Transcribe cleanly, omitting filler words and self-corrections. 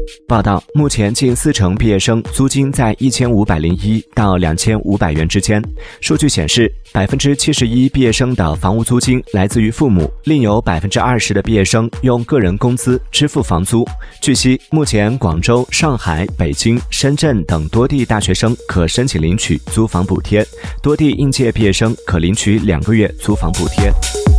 报道，目前近40%毕业生租金在1501到2500元之间。数据显示，71%毕业生的房屋租金来自于父母，另有20%的毕业生用个人工资支付房租。据悉，目前广州、上海、北京、深圳等多地大学生可申请领取租房补贴，多地应届毕业生可领取2个月租房补贴。